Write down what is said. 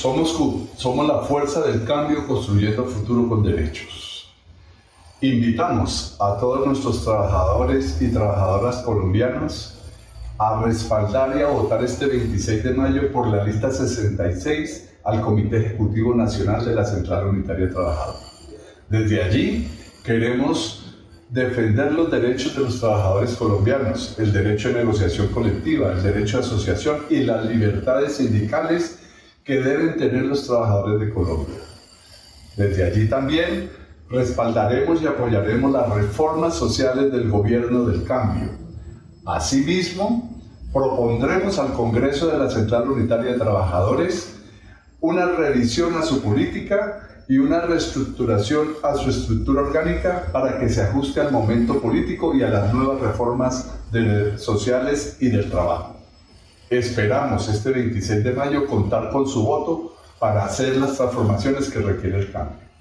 somos CUT, somos la fuerza del cambio construyendo futuro con derechos. Invitamos a todos nuestros trabajadores y trabajadoras colombianos a respaldar y a votar este 26 de mayo por la lista 66 al Comité Ejecutivo Nacional de la Central Unitaria de Trabajadores. Desde allí queremos defender los derechos de los trabajadores colombianos, el derecho de negociación colectiva, el derecho de asociación y las libertades sindicales que deben tener los trabajadores de Colombia. Desde allí también respaldaremos y apoyaremos las reformas sociales del gobierno del cambio. Asimismo, propondremos al Congreso de la Central Unitaria de Trabajadores una revisión a su política y una reestructuración a su estructura orgánica para que se ajuste al momento político y a las nuevas reformas sociales y del trabajo. Esperamos este 26 de mayo contar con su voto para hacer las transformaciones que requiere el cambio.